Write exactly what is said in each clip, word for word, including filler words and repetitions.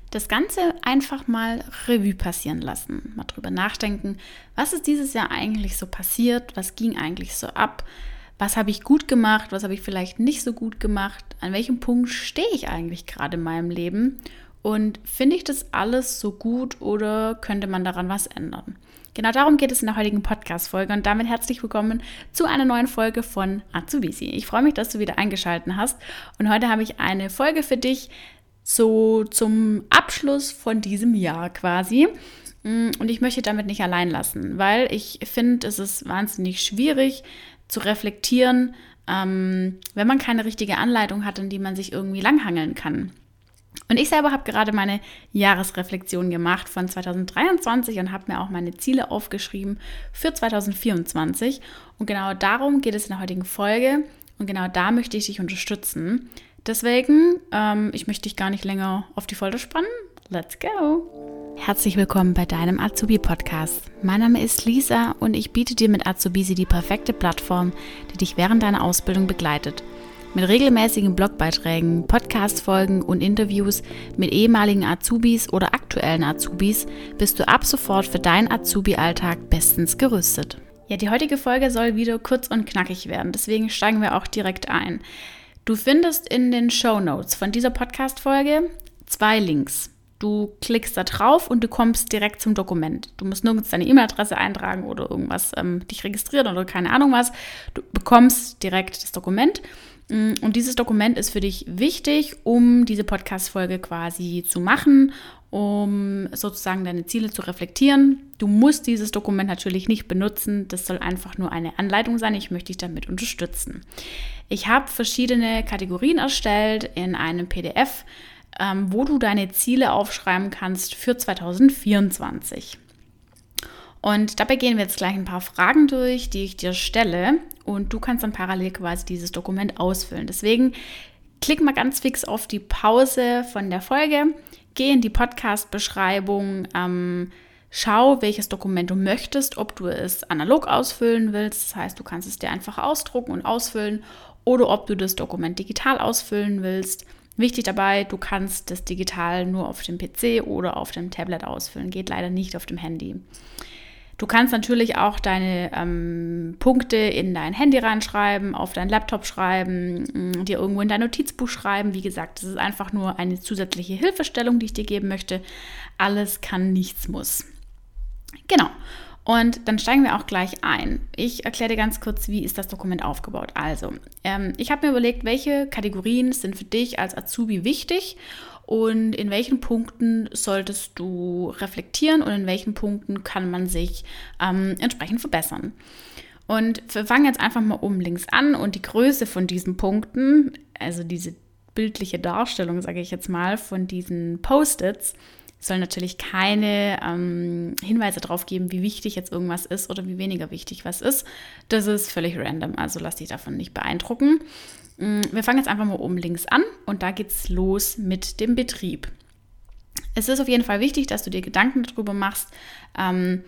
das Ganze einfach mal Revue passieren lassen. Mal drüber nachdenken, was ist dieses Jahr eigentlich so passiert, was ging eigentlich so ab, was habe ich gut gemacht, was habe ich vielleicht nicht so gut gemacht, an welchem Punkt stehe ich eigentlich gerade in meinem Leben und finde ich das alles so gut oder könnte man daran was ändern? Genau darum geht es in der heutigen Podcast-Folge und damit herzlich willkommen zu einer neuen Folge von Azubisi. Ich freue mich, dass du wieder eingeschaltet hast und heute habe ich eine Folge für dich so zum Abschluss von diesem Jahr quasi. Und ich möchte damit nicht allein lassen, weil ich finde, es ist wahnsinnig schwierig zu reflektieren, ähm, wenn man keine richtige Anleitung hat, in die man sich irgendwie langhangeln kann. Und ich selber habe gerade meine Jahresreflexion gemacht von zwanzig dreiundzwanzig und habe mir auch meine Ziele aufgeschrieben für zwanzig vierundzwanzig. Und genau darum geht es in der heutigen Folge und genau da möchte ich dich unterstützen. Deswegen, ähm, ich möchte dich gar nicht länger auf die Folter spannen. Let's go! Herzlich willkommen bei deinem Azubi-Podcast. Mein Name ist Lisa und ich biete dir mit Azubisi die perfekte Plattform, die dich während deiner Ausbildung begleitet. Mit regelmäßigen Blogbeiträgen, Podcast-Folgen und Interviews mit ehemaligen Azubis oder aktuellen Azubis bist du ab sofort für deinen Azubi-Alltag bestens gerüstet. Ja, die heutige Folge soll wieder kurz und knackig werden, deswegen steigen wir auch direkt ein. Du findest in den Shownotes von dieser Podcast-Folge zwei Links. Du klickst da drauf und du kommst direkt zum Dokument. Du musst nirgends deine E-Mail-Adresse eintragen oder irgendwas, ähm, dich registrieren oder keine Ahnung was. Du bekommst direkt das Dokument. Und dieses Dokument ist für dich wichtig, um diese Podcast-Folge quasi zu machen, um sozusagen deine Ziele zu reflektieren. Du musst dieses Dokument natürlich nicht benutzen. Das soll einfach nur eine Anleitung sein. Ich möchte dich damit unterstützen. Ich habe verschiedene Kategorien erstellt in einem P D F, ähm, wo du deine Ziele aufschreiben kannst für zwanzig vierundzwanzig. Und dabei gehen wir jetzt gleich ein paar Fragen durch, die ich dir stelle und du kannst dann parallel quasi dieses Dokument ausfüllen. Deswegen klick mal ganz fix auf die Pause von der Folge, geh in die Podcast-Beschreibung, ähm, schau, welches Dokument du möchtest, ob du es analog ausfüllen willst, das heißt, du kannst es dir einfach ausdrucken und ausfüllen oder ob du das Dokument digital ausfüllen willst. Wichtig dabei, du kannst das digital nur auf dem P C oder auf dem Tablet ausfüllen, geht leider nicht auf dem Handy. Du kannst natürlich auch deine ähm, Punkte in dein Handy reinschreiben, auf deinen Laptop schreiben, dir irgendwo in dein Notizbuch schreiben. Wie gesagt, das ist einfach nur eine zusätzliche Hilfestellung, die ich dir geben möchte. Alles kann, nichts muss. Genau. Und dann steigen wir auch gleich ein. Ich erkläre dir ganz kurz, wie ist das Dokument aufgebaut. Also, ähm, ich habe mir überlegt, welche Kategorien sind für dich als Azubi wichtig und in welchen Punkten solltest du reflektieren und in welchen Punkten kann man sich ähm, entsprechend verbessern. Und wir fangen jetzt einfach mal oben links an und die Größe von diesen Punkten, also diese bildliche Darstellung, sage ich jetzt mal, von diesen Post-its, soll natürlich keine ähm, Hinweise darauf geben, wie wichtig jetzt irgendwas ist oder wie weniger wichtig was ist. Das ist völlig random, also lass dich davon nicht beeindrucken. Wir fangen jetzt einfach mal oben links an und da geht's los mit dem Betrieb. Es ist auf jeden Fall wichtig, dass du dir Gedanken darüber machst, ähm,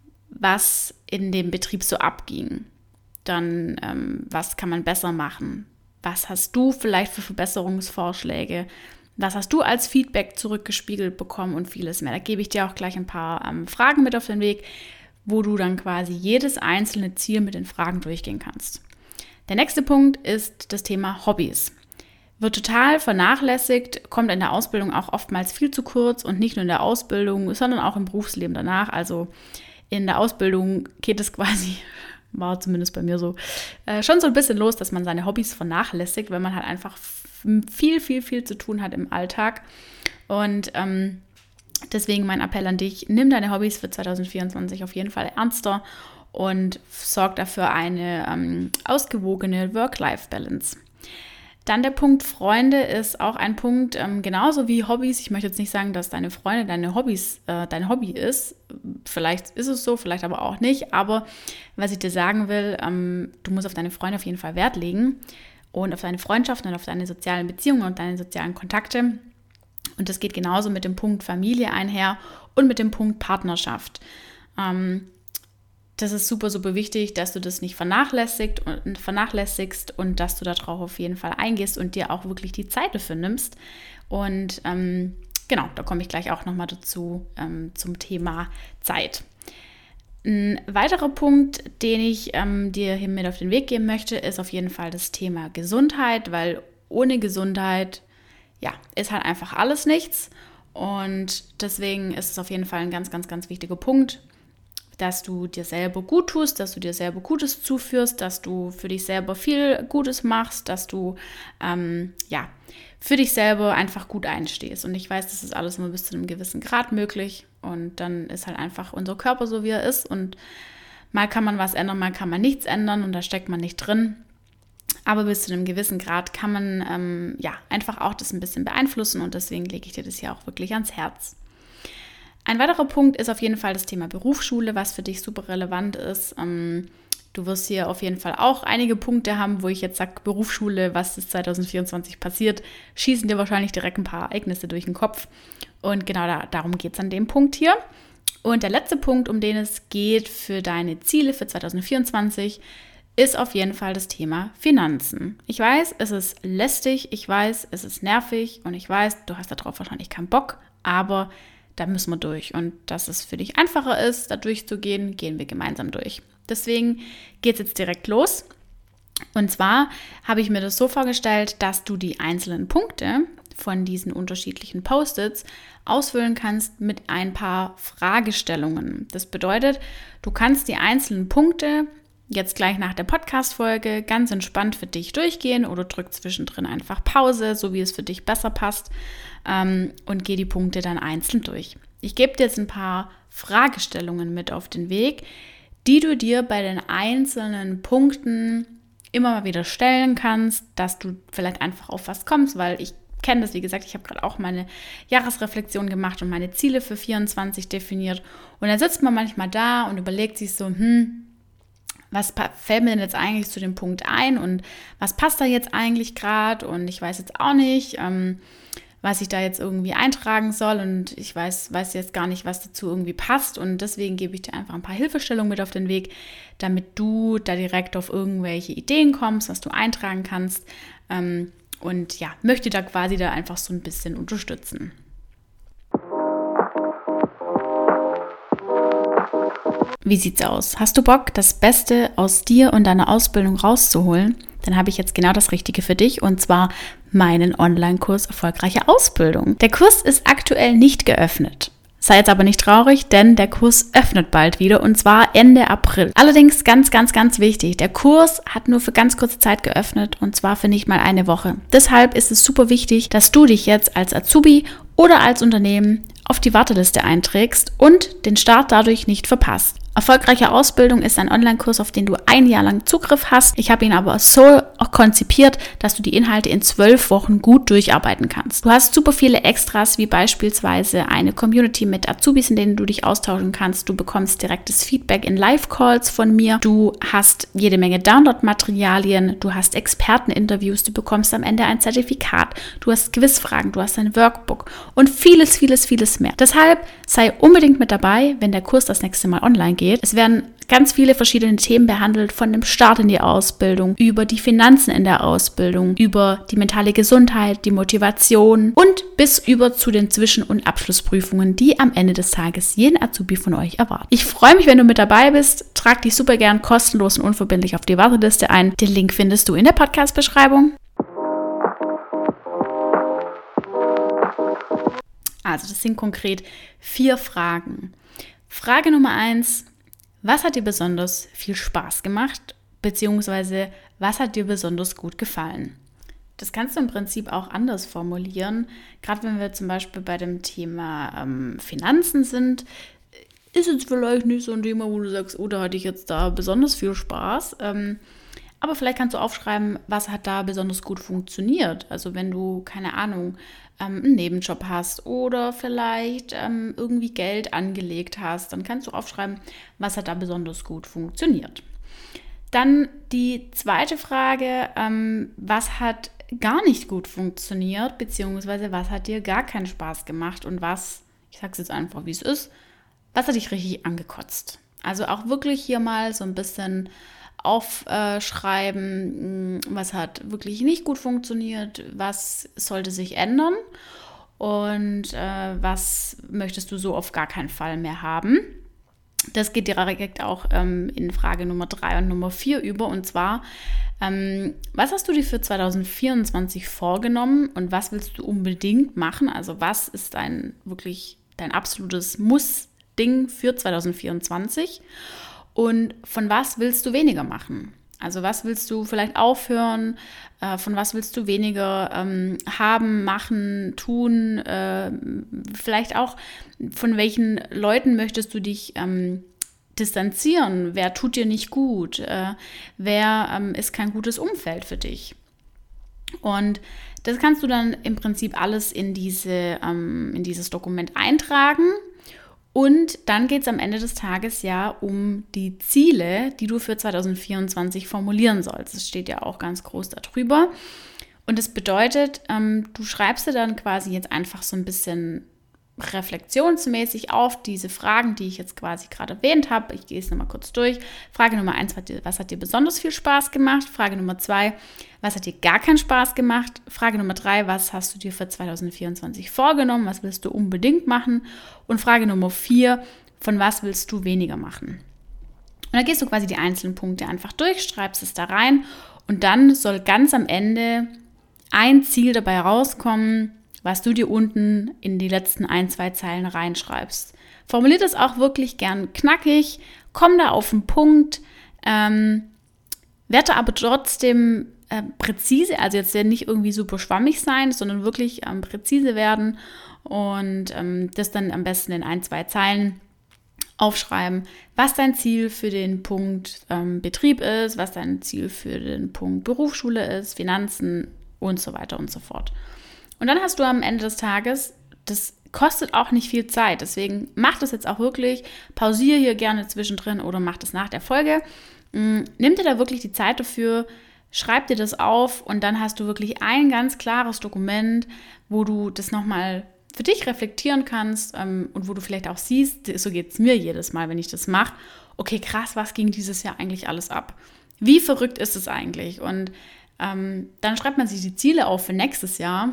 was in dem Betrieb so abging. Dann, ähm, was kann man besser machen? Was hast du vielleicht für Verbesserungsvorschläge? Was hast du als Feedback zurückgespiegelt bekommen und vieles mehr? Da gebe ich dir auch gleich ein paar ähm, Fragen mit auf den Weg, wo du dann quasi jedes einzelne Ziel mit den Fragen durchgehen kannst. Der nächste Punkt ist das Thema Hobbys. Wird total vernachlässigt, kommt in der Ausbildung auch oftmals viel zu kurz und nicht nur in der Ausbildung, sondern auch im Berufsleben danach. Also in der Ausbildung geht es quasi, war zumindest bei mir so, äh, schon so ein bisschen los, dass man seine Hobbys vernachlässigt, weil man halt einfach viel, viel, viel zu tun hat im Alltag. Und ähm, deswegen mein Appell an dich, nimm deine Hobbys für zwanzig vierundzwanzig auf jeden Fall ernster und sorg dafür eine ähm, ausgewogene Work-Life-Balance. Dann der Punkt Freunde ist auch ein Punkt, ähm, genauso wie Hobbys. Ich möchte jetzt nicht sagen, dass deine Freunde deine Hobbys, äh, dein Hobby ist. Vielleicht ist es so, vielleicht aber auch nicht. Aber was ich dir sagen will, ähm, du musst auf deine Freunde auf jeden Fall Wert legen und auf deine Freundschaften und auf deine sozialen Beziehungen und deine sozialen Kontakte. Und das geht genauso mit dem Punkt Familie einher und mit dem Punkt Partnerschaft. Ähm, Das ist super, super wichtig, dass du das nicht vernachlässigst und, vernachlässigst und dass du darauf auf jeden Fall eingehst und dir auch wirklich die Zeit dafür nimmst. Und ähm, genau, da komme ich gleich auch nochmal dazu ähm, zum Thema Zeit. Ein weiterer Punkt, den ich ähm, dir hier mit auf den Weg geben möchte, ist auf jeden Fall das Thema Gesundheit, weil ohne Gesundheit, ja, ist halt einfach alles nichts. Und deswegen ist es auf jeden Fall ein ganz, ganz, ganz wichtiger Punkt, dass du dir selber gut tust, dass du dir selber Gutes zuführst, dass du für dich selber viel Gutes machst, dass du ähm, ja, für dich selber einfach gut einstehst. Und ich weiß, das ist alles nur bis zu einem gewissen Grad möglich. Und dann ist halt einfach unser Körper so, wie er ist. Und mal kann man was ändern, mal kann man nichts ändern und da steckt man nicht drin. Aber bis zu einem gewissen Grad kann man ähm, ja einfach auch das ein bisschen beeinflussen und deswegen lege ich dir das hier auch wirklich ans Herz. Ein weiterer Punkt ist auf jeden Fall das Thema Berufsschule, was für dich super relevant ist. Ähm, du wirst hier auf jeden Fall auch einige Punkte haben, wo ich jetzt sage, Berufsschule, was ist zwanzig vierundzwanzig passiert, schießen dir wahrscheinlich direkt ein paar Ereignisse durch den Kopf. Und genau da, darum geht es an dem Punkt hier. Und der letzte Punkt, um den es geht für deine Ziele für zwanzig vierundzwanzig, ist auf jeden Fall das Thema Finanzen. Ich weiß, es ist lästig, ich weiß, es ist nervig und ich weiß, du hast darauf wahrscheinlich keinen Bock, aber da müssen wir durch. Und dass es für dich einfacher ist, da durchzugehen, gehen wir gemeinsam durch. Deswegen geht es jetzt direkt los. Und zwar habe ich mir das so vorgestellt, dass du die einzelnen Punkte von diesen unterschiedlichen Post-its ausfüllen kannst mit ein paar Fragestellungen. Das bedeutet, du kannst die einzelnen Punkte jetzt gleich nach der Podcast-Folge ganz entspannt für dich durchgehen oder drück zwischendrin einfach Pause, so wie es für dich besser passt, ähm, und geh die Punkte dann einzeln durch. Ich gebe dir jetzt ein paar Fragestellungen mit auf den Weg, die du dir bei den einzelnen Punkten immer mal wieder stellen kannst, dass du vielleicht einfach auf was kommst, weil ich kenne das, wie gesagt, ich habe gerade auch meine Jahresreflexion gemacht und meine Ziele für vierundzwanzig definiert und dann sitzt man manchmal da und überlegt sich so, hm, was fällt mir denn jetzt eigentlich zu dem Punkt ein und was passt da jetzt eigentlich gerade und ich weiß jetzt auch nicht, ähm, was ich da jetzt irgendwie eintragen soll und ich weiß, weiß jetzt gar nicht, was dazu irgendwie passt und deswegen gebe ich dir einfach ein paar Hilfestellungen mit auf den Weg, damit du da direkt auf irgendwelche Ideen kommst, was du eintragen kannst ähm, und ja, möchte da quasi da einfach so ein bisschen unterstützen. Wie sieht's aus? Hast du Bock, das Beste aus dir und deiner Ausbildung rauszuholen? Dann habe ich jetzt genau das Richtige für dich und zwar meinen Online-Kurs Erfolgreiche Ausbildung. Der Kurs ist aktuell nicht geöffnet. Sei jetzt aber nicht traurig, denn der Kurs öffnet bald wieder und zwar Ende April. Allerdings ganz, ganz, ganz wichtig, der Kurs hat nur für ganz kurze Zeit geöffnet und zwar für nicht mal eine Woche. Deshalb ist es super wichtig, dass du dich jetzt als Azubi oder als Unternehmen auf die Warteliste einträgst und den Start dadurch nicht verpasst. Erfolgreiche Ausbildung ist ein Online-Kurs, auf den du ein Jahr lang Zugriff hast. Ich habe ihn aber so auch konzipiert, dass du die Inhalte in zwölf Wochen gut durcharbeiten kannst. Du hast super viele Extras, wie beispielsweise eine Community mit Azubis, in denen du dich austauschen kannst. Du bekommst direktes Feedback in Live-Calls von mir. Du hast jede Menge Download-Materialien. Du hast Experteninterviews. Du bekommst am Ende ein Zertifikat. Du hast Quizfragen. Du hast ein Workbook und vieles, vieles, vieles mehr. Deshalb sei unbedingt mit dabei, wenn der Kurs das nächste Mal online geht. Es werden ganz viele verschiedene Themen behandelt, von dem Start in die Ausbildung, über die Finanzen in der Ausbildung, über die mentale Gesundheit, die Motivation und bis über zu den Zwischen- und Abschlussprüfungen, die am Ende des Tages jeden Azubi von euch erwarten. Ich freue mich, wenn du mit dabei bist. Trag dich super gern kostenlos und unverbindlich auf die Warteliste ein. Den Link findest du in der Podcast-Beschreibung. Also das sind konkret vier Fragen. Frage Nummer eins: Was hat dir besonders viel Spaß gemacht, beziehungsweise was hat dir besonders gut gefallen? Das kannst du im Prinzip auch anders formulieren. Gerade wenn wir zum Beispiel bei dem Thema ähm, Finanzen sind, ist jetzt vielleicht nicht so ein Thema, wo du sagst, oh, da hatte ich jetzt da besonders viel Spaß. Ähm, aber vielleicht kannst du aufschreiben, was hat da besonders gut funktioniert. Also wenn du, keine Ahnung, ähm, einen Nebenjob hast oder vielleicht ähm, irgendwie Geld angelegt hast, dann kannst du aufschreiben, was hat da besonders gut funktioniert. Dann die zweite Frage, ähm, was hat gar nicht gut funktioniert, beziehungsweise was hat dir gar keinen Spaß gemacht und was, ich sage es jetzt einfach, wie es ist, was hat dich richtig angekotzt? Also auch wirklich hier mal so ein bisschen aufschreiben, was hat wirklich nicht gut funktioniert, was sollte sich ändern. und äh, was möchtest du so auf gar keinen Fall mehr haben. Das geht direkt auch ähm, in Frage Nummer drei und Nummer vier über, und zwar, ähm, was hast du dir für zwanzig vierundzwanzig vorgenommen und was willst du unbedingt machen? Also was ist dein wirklich dein absolutes Muss-Ding für zwanzig vierundzwanzig und von was willst du weniger machen? Also was willst du vielleicht aufhören, äh, von was willst du weniger ähm, haben, machen, tun, äh, vielleicht auch von welchen Leuten möchtest du dich ähm, distanzieren, wer tut dir nicht gut, äh, wer ähm, ist kein gutes Umfeld für dich. Und das kannst du dann im Prinzip alles in, diese, ähm, in dieses Dokument eintragen. Und dann geht es am Ende des Tages ja um die Ziele, die du für zwanzig vierundzwanzig formulieren sollst. Das steht ja auch ganz groß darüber. Und das bedeutet, ähm, du schreibst dir dann quasi jetzt einfach so ein bisschen reflexionsmäßig auf diese Fragen, die ich jetzt quasi gerade erwähnt habe. Ich gehe es nochmal kurz durch. Frage Nummer eins, was hat dir besonders viel Spaß gemacht? Frage Nummer zwei, was hat dir gar keinen Spaß gemacht? Frage Nummer drei, was hast du dir für zwanzig vierundzwanzig vorgenommen? Was willst du unbedingt machen? Und Frage Nummer vier, von was willst du weniger machen? Und da gehst du quasi die einzelnen Punkte einfach durch, schreibst es da rein und dann soll ganz am Ende ein Ziel dabei rauskommen, was du dir unten in die letzten ein, zwei Zeilen reinschreibst. Formulier das auch wirklich gern knackig, komm da auf den Punkt, ähm, werde aber trotzdem äh, präzise, also jetzt nicht irgendwie super schwammig sein, sondern wirklich ähm, präzise werden und ähm, das dann am besten in ein, zwei Zeilen aufschreiben, was dein Ziel für den Punkt ähm, Betrieb ist, was dein Ziel für den Punkt Berufsschule ist, Finanzen und so weiter und so fort. Und dann hast du am Ende des Tages, das kostet auch nicht viel Zeit, deswegen mach das jetzt auch wirklich, pausiere hier gerne zwischendrin oder mach das nach der Folge. Nimm dir da wirklich die Zeit dafür, schreib dir das auf und dann hast du wirklich ein ganz klares Dokument, wo du das nochmal für dich reflektieren kannst ähm, und wo du vielleicht auch siehst, so geht es mir jedes Mal, wenn ich das mache, okay, krass, was ging dieses Jahr eigentlich alles ab? Wie verrückt ist es eigentlich? Und ähm, dann schreibt man sich die Ziele auf für nächstes Jahr.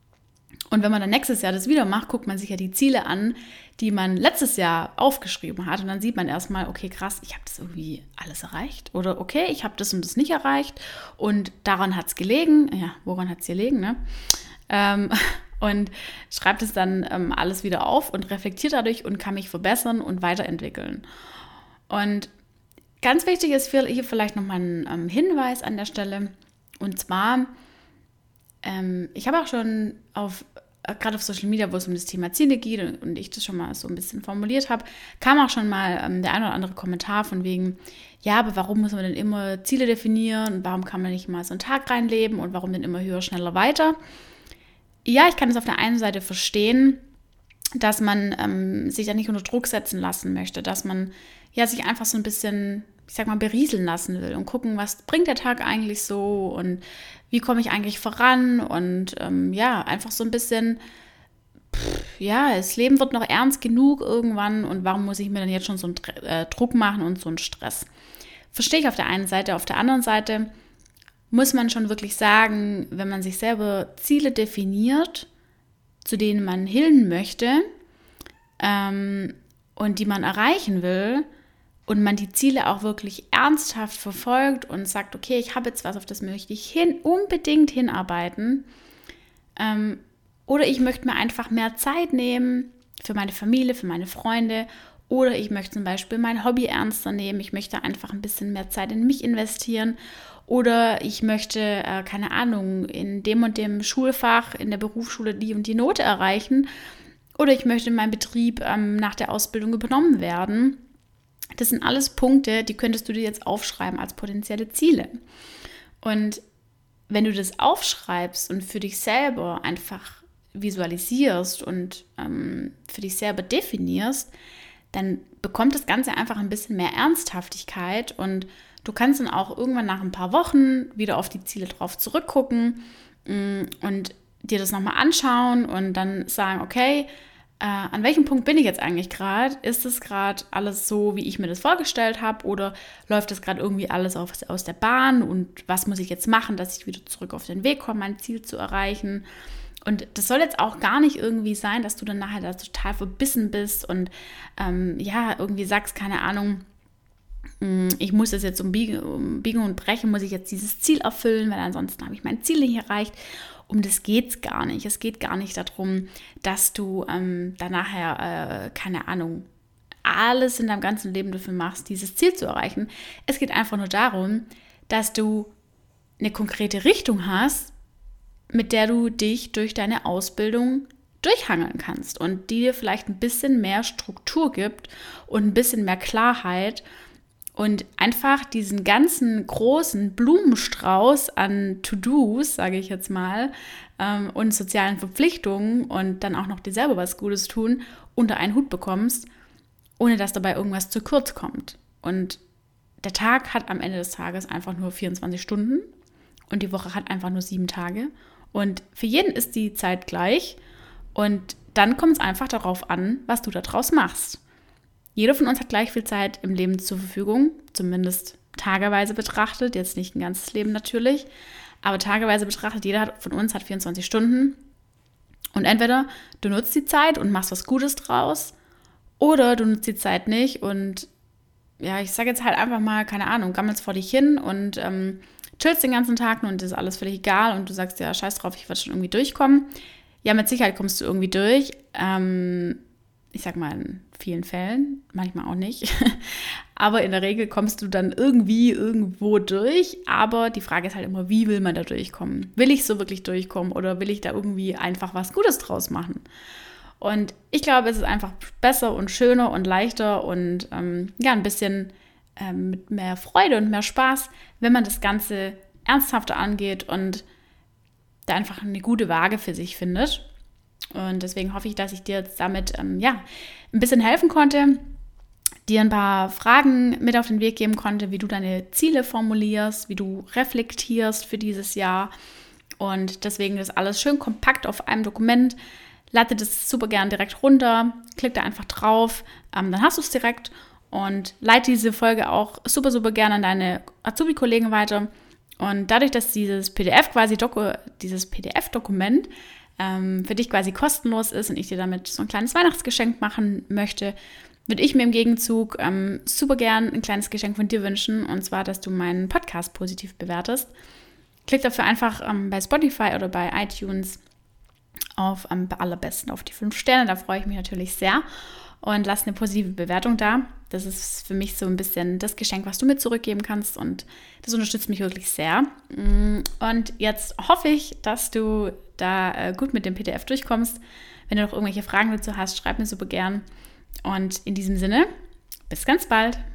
Und wenn man dann nächstes Jahr das wieder macht, guckt man sich ja die Ziele an, die man letztes Jahr aufgeschrieben hat. Und dann sieht man erstmal, okay, krass, ich habe das irgendwie alles erreicht. Oder okay, ich habe das und das nicht erreicht. Und daran hat es gelegen. Ja, woran hat es gelegen, ne? Ähm, und schreibt es dann ähm, alles wieder auf und reflektiert dadurch und kann mich verbessern und weiterentwickeln. Und ganz wichtig ist hier vielleicht nochmal ein ähm, Hinweis an der Stelle. Und zwar, ähm, ich habe auch schon auf, äh, gerade auf Social Media, wo es um das Thema Ziele geht und, und ich das schon mal so ein bisschen formuliert habe, kam auch schon mal ähm, der ein oder andere Kommentar von wegen, ja, aber warum muss man denn immer Ziele definieren und warum kann man nicht mal so einen Tag reinleben und warum denn immer höher, schneller, weiter? Ja, ich kann es auf der einen Seite verstehen, dass man ähm, sich ja nicht unter Druck setzen lassen möchte, dass man ja sich einfach so ein bisschen, ich sag mal, berieseln lassen will und gucken, was bringt der Tag eigentlich so und wie komme ich eigentlich voran und ähm, ja, einfach so ein bisschen, pff, ja, das Leben wird noch ernst genug irgendwann und warum muss ich mir dann jetzt schon so einen äh, Druck machen und so einen Stress? Verstehe ich auf der einen Seite, auf der anderen Seite muss man schon wirklich sagen, wenn man sich selber Ziele definiert, zu denen man hin möchte ähm, und die man erreichen will und man die Ziele auch wirklich ernsthaft verfolgt und sagt, okay, ich habe jetzt was, auf das möchte ich hin, unbedingt hinarbeiten ähm, oder ich möchte mir einfach mehr Zeit nehmen für meine Familie, für meine Freunde oder ich möchte zum Beispiel mein Hobby ernster nehmen, ich möchte einfach ein bisschen mehr Zeit in mich investieren. Oder ich möchte, äh, keine Ahnung, in dem und dem Schulfach, in der Berufsschule die und die Note erreichen. Oder ich möchte in meinem Betrieb ähm, nach der Ausbildung übernommen werden. Das sind alles Punkte, die könntest du dir jetzt aufschreiben als potenzielle Ziele. Und wenn du das aufschreibst und für dich selber einfach visualisierst und ähm, für dich selber definierst, dann bekommt das Ganze einfach ein bisschen mehr Ernsthaftigkeit und du kannst dann auch irgendwann nach ein paar Wochen wieder auf die Ziele drauf zurückgucken und dir das nochmal anschauen und dann sagen, okay, äh, an welchem Punkt bin ich jetzt eigentlich gerade? Ist es gerade alles so, wie ich mir das vorgestellt habe oder läuft das gerade irgendwie alles auf, aus der Bahn und was muss ich jetzt machen, dass ich wieder zurück auf den Weg komme, mein Ziel zu erreichen? Und das soll jetzt auch gar nicht irgendwie sein, dass du dann nachher da total verbissen bist und ähm, ja, irgendwie sagst, keine Ahnung, ich muss das jetzt um Biegen, um Biegen und Brechen, muss ich jetzt dieses Ziel erfüllen, weil ansonsten habe ich mein Ziel nicht erreicht. Um das geht es gar nicht. Es geht gar nicht darum, dass du ähm, dann nachher, äh, keine Ahnung, alles in deinem ganzen Leben dafür machst, dieses Ziel zu erreichen. Es geht einfach nur darum, dass du eine konkrete Richtung hast, mit der du dich durch deine Ausbildung durchhangeln kannst und die dir vielleicht ein bisschen mehr Struktur gibt und ein bisschen mehr Klarheit und einfach diesen ganzen großen Blumenstrauß an To-Dos, sage ich jetzt mal, ähm, und sozialen Verpflichtungen und dann auch noch dir selber was Gutes tun, unter einen Hut bekommst, ohne dass dabei irgendwas zu kurz kommt. Und der Tag hat am Ende des Tages einfach nur vierundzwanzig Stunden und die Woche hat einfach nur sieben Tage. Und für jeden ist die Zeit gleich und dann kommt es einfach darauf an, was du daraus machst. Jeder von uns hat gleich viel Zeit im Leben zur Verfügung, zumindest tageweise betrachtet, jetzt nicht ein ganzes Leben natürlich, aber tageweise betrachtet, jeder von uns hat vierundzwanzig Stunden und entweder du nutzt die Zeit und machst was Gutes draus oder du nutzt die Zeit nicht und ja, ich sage jetzt halt einfach mal, keine Ahnung, gammelst vor dich hin und ähm, chillst den ganzen Tag und das ist alles völlig egal und du sagst, ja, scheiß drauf, ich werde schon irgendwie durchkommen. Ja, mit Sicherheit kommst du irgendwie durch. Ähm, ich sag mal in vielen Fällen, manchmal auch nicht. Aber in der Regel kommst du dann irgendwie irgendwo durch. Aber die Frage ist halt immer, wie will man da durchkommen? Will ich so wirklich durchkommen oder will ich da irgendwie einfach was Gutes draus machen? Und ich glaube, es ist einfach besser und schöner und leichter und ähm, ja, ein bisschen ähm, mit mehr Freude und mehr Spaß, wenn man das Ganze ernsthafter angeht und da einfach eine gute Waage für sich findet. Und deswegen hoffe ich, dass ich dir jetzt damit ähm, ja, ein bisschen helfen konnte, dir ein paar Fragen mit auf den Weg geben konnte, wie du deine Ziele formulierst, wie du reflektierst für dieses Jahr. Und deswegen ist alles schön kompakt auf einem Dokument. Lade das super gern direkt runter, klick da einfach drauf, ähm, dann hast du es direkt und leite diese Folge auch super, super gerne an deine Azubi-Kollegen weiter. Und dadurch, dass dieses P D F quasi Doku, dieses P D F-Dokument ähm, für dich quasi kostenlos ist und ich dir damit so ein kleines Weihnachtsgeschenk machen möchte, würde ich mir im Gegenzug ähm, super gern ein kleines Geschenk von dir wünschen, und zwar, dass du meinen Podcast positiv bewertest. Klick dafür einfach ähm, bei Spotify oder bei iTunes auf am allerbesten auf die fünf Sterne, da freue ich mich natürlich sehr, und lass eine positive Bewertung da. Das ist für mich so ein bisschen das Geschenk, was du mir zurückgeben kannst, und das unterstützt mich wirklich sehr. Und jetzt hoffe ich, dass du da gut mit dem P D F durchkommst. Wenn du noch irgendwelche Fragen dazu hast, schreib mir super gern. Und in diesem Sinne, bis ganz bald.